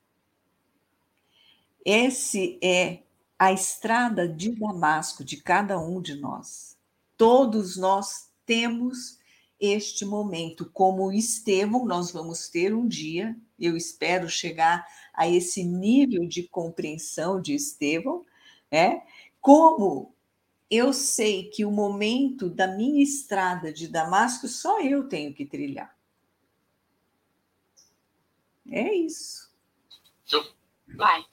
Esse é a estrada de Damasco de cada um de nós. Todos nós temos este momento. Como Estevão, nós vamos ter um dia, eu espero chegar a esse nível de compreensão de Estevão, né? Como eu sei que o momento da minha estrada de Damasco só eu tenho que trilhar. É isso. Vai.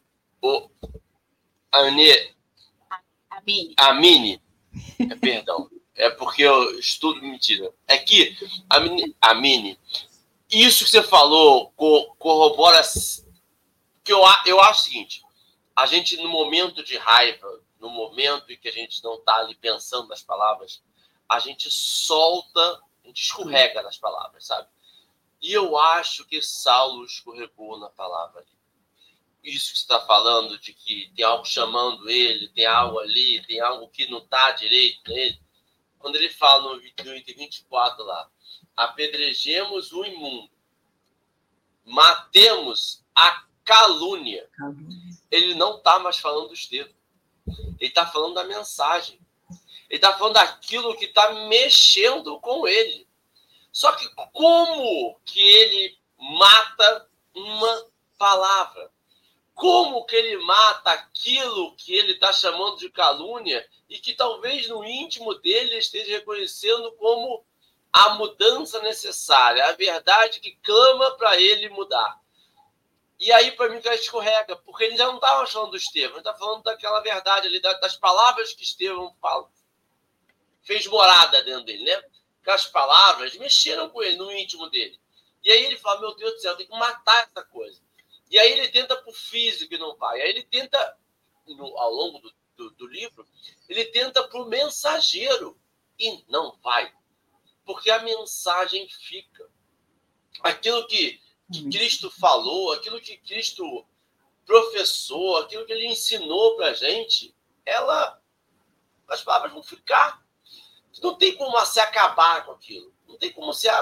Amine, perdão, é porque eu estudo mentira. É que, Amine, isso que você falou corrobora que eu acho o seguinte, a gente no momento de raiva, no momento em que a gente não está ali pensando nas palavras, a gente solta, a gente escorrega nas palavras, sabe? E eu acho que Saulo escorregou na palavra ali. Isso que você está falando, de que tem algo chamando ele, tem algo ali, tem algo que não está direito nele. Quando ele fala no item 24 lá, apedrejemos o imundo, matemos a calúnia. Ele não está mais falando do Estevão. Ele está falando da mensagem. Ele está falando daquilo que está mexendo com ele. Só que como que ele mata uma palavra? Como que ele mata aquilo que ele está chamando de calúnia e que talvez no íntimo dele esteja reconhecendo como a mudança necessária, a verdade que clama para ele mudar? E aí, para mim, que ela escorrega, porque ele já não estava falando do Estevão, ele está falando daquela verdade ali, das palavras que Estevão fala. Fez morada dentro dele, né? Aquelas palavras mexeram com ele, no íntimo dele. E aí ele fala, meu Deus do céu, tem que matar essa coisa. E aí ele tenta para o físico e não vai. Aí ele tenta, ao longo do livro, ele tenta para o mensageiro e não vai. Porque a mensagem fica. Aquilo que Cristo falou, aquilo que Cristo professou, aquilo que ele ensinou para a gente, as palavras vão ficar. Não tem como se acabar com aquilo. Não tem como se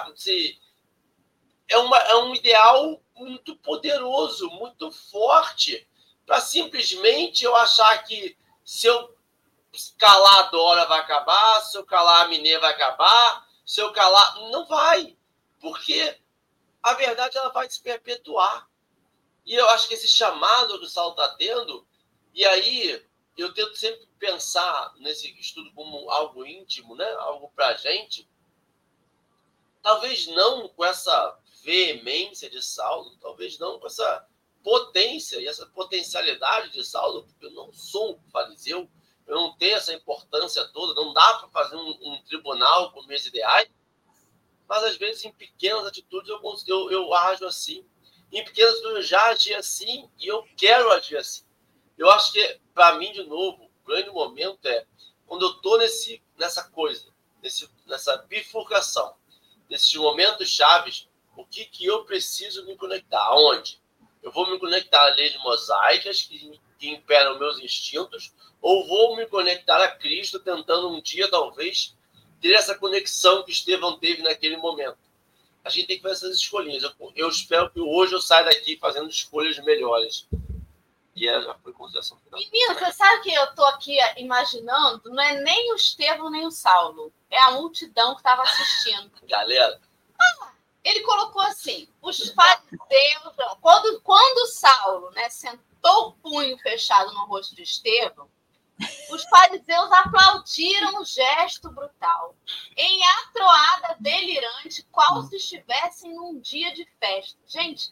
é um ideal muito poderoso, muito forte, para simplesmente eu achar que se eu calar a Dora vai acabar, se eu calar a Minê vai acabar, se eu calar... Não vai, porque a verdade ela vai se perpetuar. E eu acho que esse chamado que o Saulo está tendo, e aí eu tento sempre pensar nesse estudo como algo íntimo, né? Algo para a gente, talvez não com essa veemência de Saulo, talvez não com essa potência e essa potencialidade de Saulo, porque eu não sou um fariseu, eu não tenho essa importância toda, não dá para fazer um tribunal com meus ideais, mas às vezes em pequenas atitudes eu ajo assim, em pequenas atitudes eu já agi assim e eu quero agir assim. Eu acho que, para mim, de novo, o grande momento é quando eu estou nessa coisa, nessa bifurcação, nesses momentos chaves, o que eu preciso me conectar? Aonde? Eu vou me conectar a leis mosaicas que imperam meus instintos, ou vou me conectar a Cristo, tentando um dia, talvez, ter essa conexão que Estevão teve naquele momento. a gente tem que fazer essas escolhinhas. Eu espero que hoje eu saia daqui fazendo escolhas melhores. E já foi consideração final. Menino, você sabe que eu estou aqui imaginando? Não é nem o Estevão nem o Saulo. É a multidão que estava assistindo. Galera. Ele colocou assim, os fariseus... Quando Saulo, né, sentou o punho fechado no rosto de Estevão, os fariseus aplaudiram o gesto brutal, em atroada delirante, qual se estivessem num dia de festa. Gente,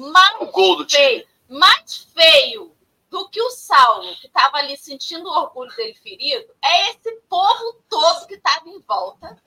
mais feio do que o Saulo, que estava ali sentindo o orgulho dele ferido, é esse povo todo que estava em volta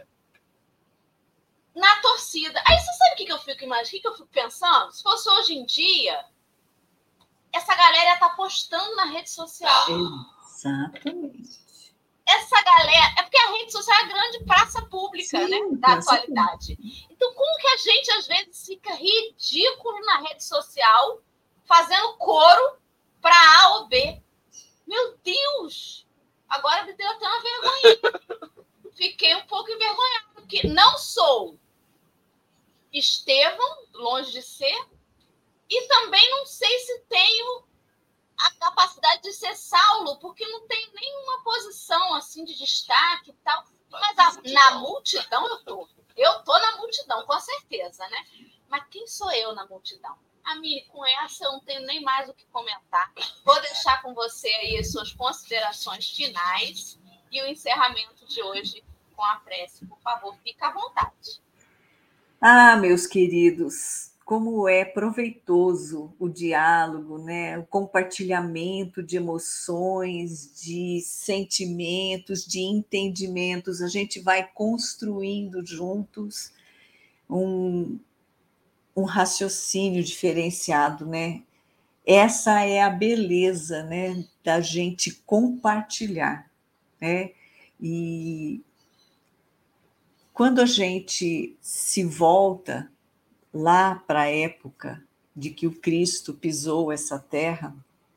na torcida. Aí você sabe o que eu fico imaginando? O que eu fico pensando? Se fosse hoje em dia, essa galera tá postando na rede social. Exatamente. Essa galera... É porque a rede social é a grande praça pública, sim, né, da atualidade. Então, como que a gente, às vezes, fica ridículo na rede social, fazendo coro para A ou B? Meu Deus! Agora me deu até uma vergonha. Fiquei um pouco envergonhada, porque não sou Estevão, longe de ser, e também não sei se tenho a capacidade de ser Saulo, porque não tenho nenhuma posição assim de destaque e tal. Mas na multidão eu tô. Eu tô na multidão, com certeza, né? Mas quem sou eu na multidão? Miri, com essa eu não tenho nem mais o que comentar. Vou deixar com você aí as suas considerações finais e o encerramento de hoje com a prece. Por favor, fica à vontade. Meus queridos, como é proveitoso o diálogo, né? O compartilhamento de emoções, de sentimentos, de entendimentos. A gente vai construindo juntos um raciocínio diferenciado, né? Essa é a beleza, né, da gente compartilhar, né? E quando a gente se volta lá para a época de que o Cristo pisou essa terra,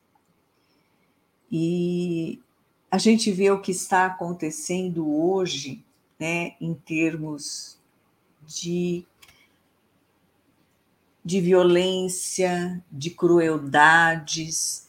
e a gente vê o que está acontecendo hoje, né, em termos de violência, de crueldades,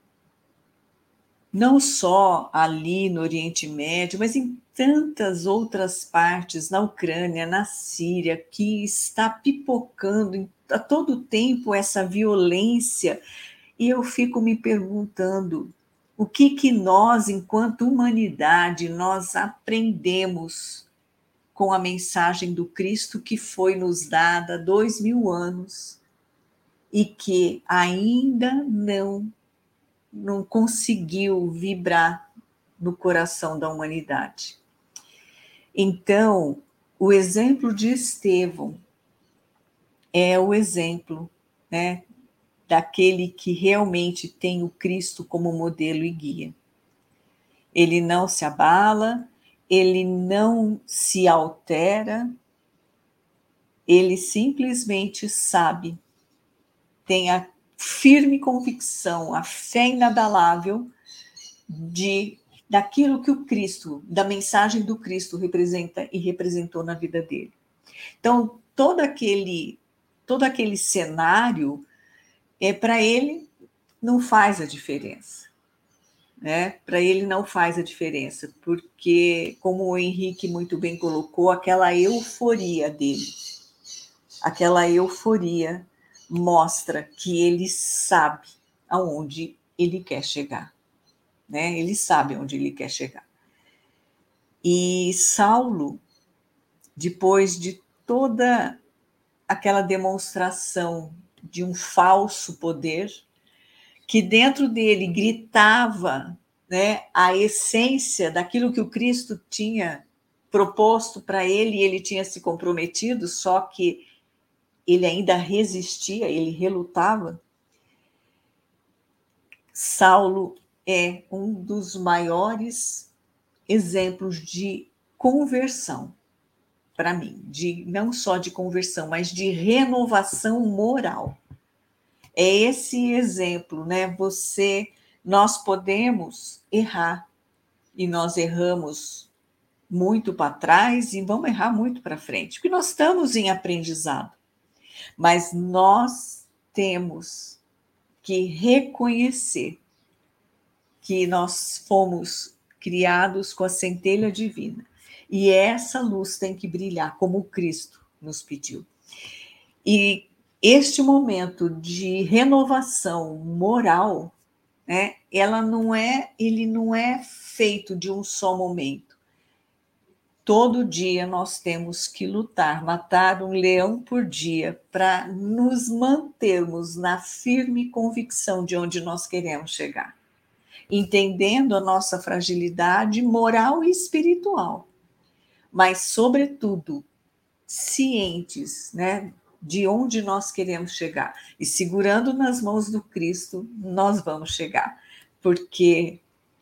não só ali no Oriente Médio, mas em tantas outras partes, na Ucrânia, na Síria, que está pipocando a todo tempo essa violência. E eu fico me perguntando o que nós, enquanto humanidade, nós aprendemos com a mensagem do Cristo que foi nos dada há 2000 anos e que ainda não conseguiu vibrar no coração da humanidade. Então, o exemplo de Estevão é o exemplo, né, daquele que realmente tem o Cristo como modelo e guia. Ele não se abala, ele não se altera, ele simplesmente sabe, tem a firme convicção, a fé inabalável daquilo que o Cristo, da mensagem do Cristo representa e representou na vida dele. Então, todo aquele cenário, para ele, não faz a diferença. Né? Para ele não faz a diferença, porque, como o Henrique muito bem colocou, aquela euforia dele, aquela euforia mostra que ele sabe aonde ele quer chegar. Né? Ele sabe onde ele quer chegar. E Saulo, depois de toda aquela demonstração de um falso poder, que dentro dele gritava, né, a essência daquilo que o Cristo tinha proposto para ele, e ele tinha se comprometido, só que ele ainda resistia, ele relutava. Saulo é um dos maiores exemplos de conversão, para mim, não só de conversão, mas de renovação moral. É esse exemplo, né? Nós podemos errar, e nós erramos muito para trás e vamos errar muito para frente, porque nós estamos em aprendizado. Mas nós temos que reconhecer que nós fomos criados com a centelha divina. E essa luz tem que brilhar, como Cristo nos pediu. E este momento de renovação moral, né, ele não é feito de um só momento. Todo dia nós temos que lutar, matar um leão por dia, para nos mantermos na firme convicção de onde nós queremos chegar, entendendo a nossa fragilidade moral e espiritual, mas, sobretudo, cientes, né, de onde nós queremos chegar. E segurando nas mãos do Cristo, nós vamos chegar, porque,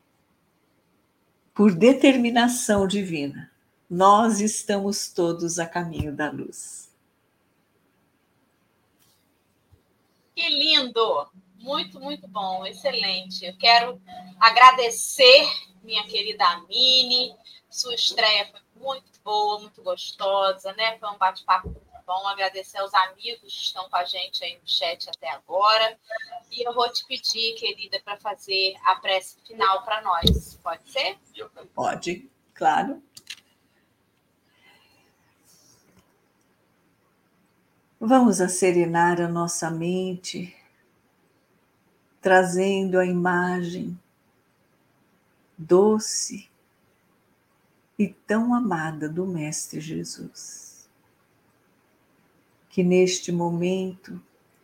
por determinação divina, nós estamos todos a caminho da luz. Que lindo! Muito, muito bom, excelente. Eu quero agradecer minha querida Amine. Sua estreia foi muito boa, muito gostosa, né? Foi um bate-papo muito bom. Agradecer aos amigos que estão com a gente aí no chat até agora. E eu vou te pedir, querida, para fazer a prece final para nós. Pode ser? Pode, claro. Vamos acerenar a nossa mente, trazendo a imagem doce e tão amada do Mestre Jesus, que neste momento,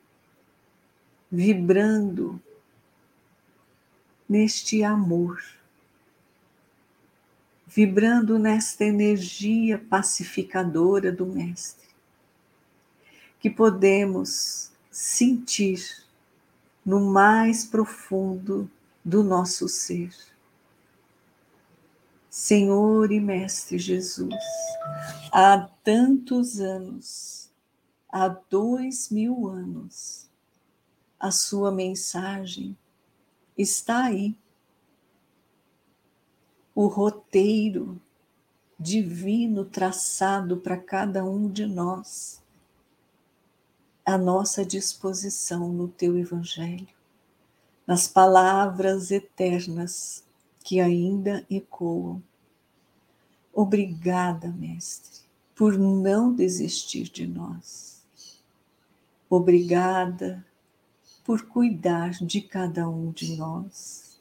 vibrando neste amor, vibrando nesta energia pacificadora do Mestre, que podemos sentir no mais profundo do nosso ser. Senhor e Mestre Jesus, há tantos anos, há 2000 anos, a sua mensagem está aí. O roteiro divino traçado para cada um de nós, à nossa disposição no teu Evangelho, nas palavras eternas que ainda ecoam. Obrigada, Mestre, por não desistir de nós. Obrigada por cuidar de cada um de nós,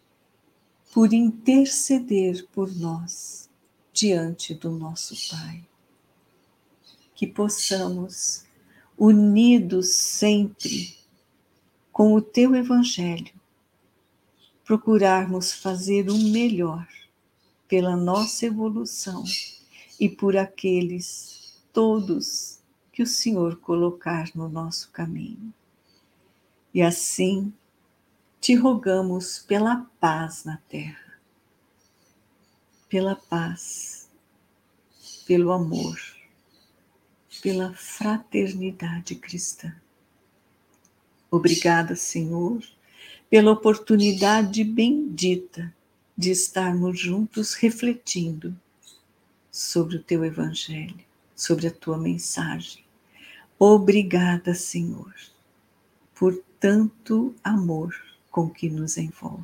por interceder por nós diante do nosso Pai. Que possamos, unidos sempre com o teu Evangelho, procurarmos fazer o melhor pela nossa evolução e por aqueles todos que o Senhor colocar no nosso caminho. E assim, te rogamos pela paz na terra, pela paz, pelo amor, pela fraternidade cristã. Obrigada, Senhor, pela oportunidade bendita de estarmos juntos refletindo sobre o teu Evangelho, sobre a tua mensagem. Obrigada, Senhor, por tanto amor com que nos envolve.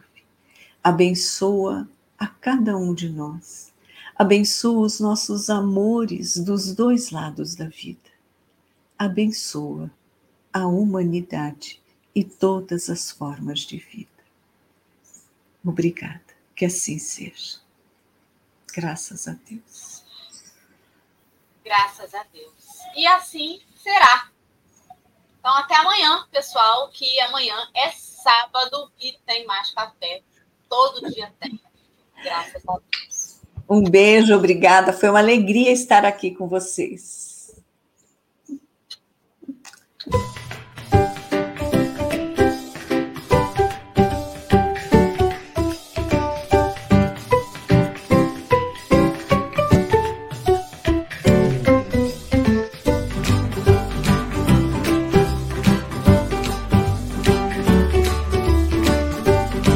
Abençoa a cada um de nós. Abençoa os nossos amores dos dois lados da vida. Abençoa a humanidade e todas as formas de vida. Obrigada, que assim seja. Graças a Deus. Graças a Deus. E assim será. Então, até amanhã, pessoal, que amanhã é sábado e tem mais café. Todo dia tem. Graças a Deus. Um beijo, obrigada. Foi uma alegria estar aqui com vocês.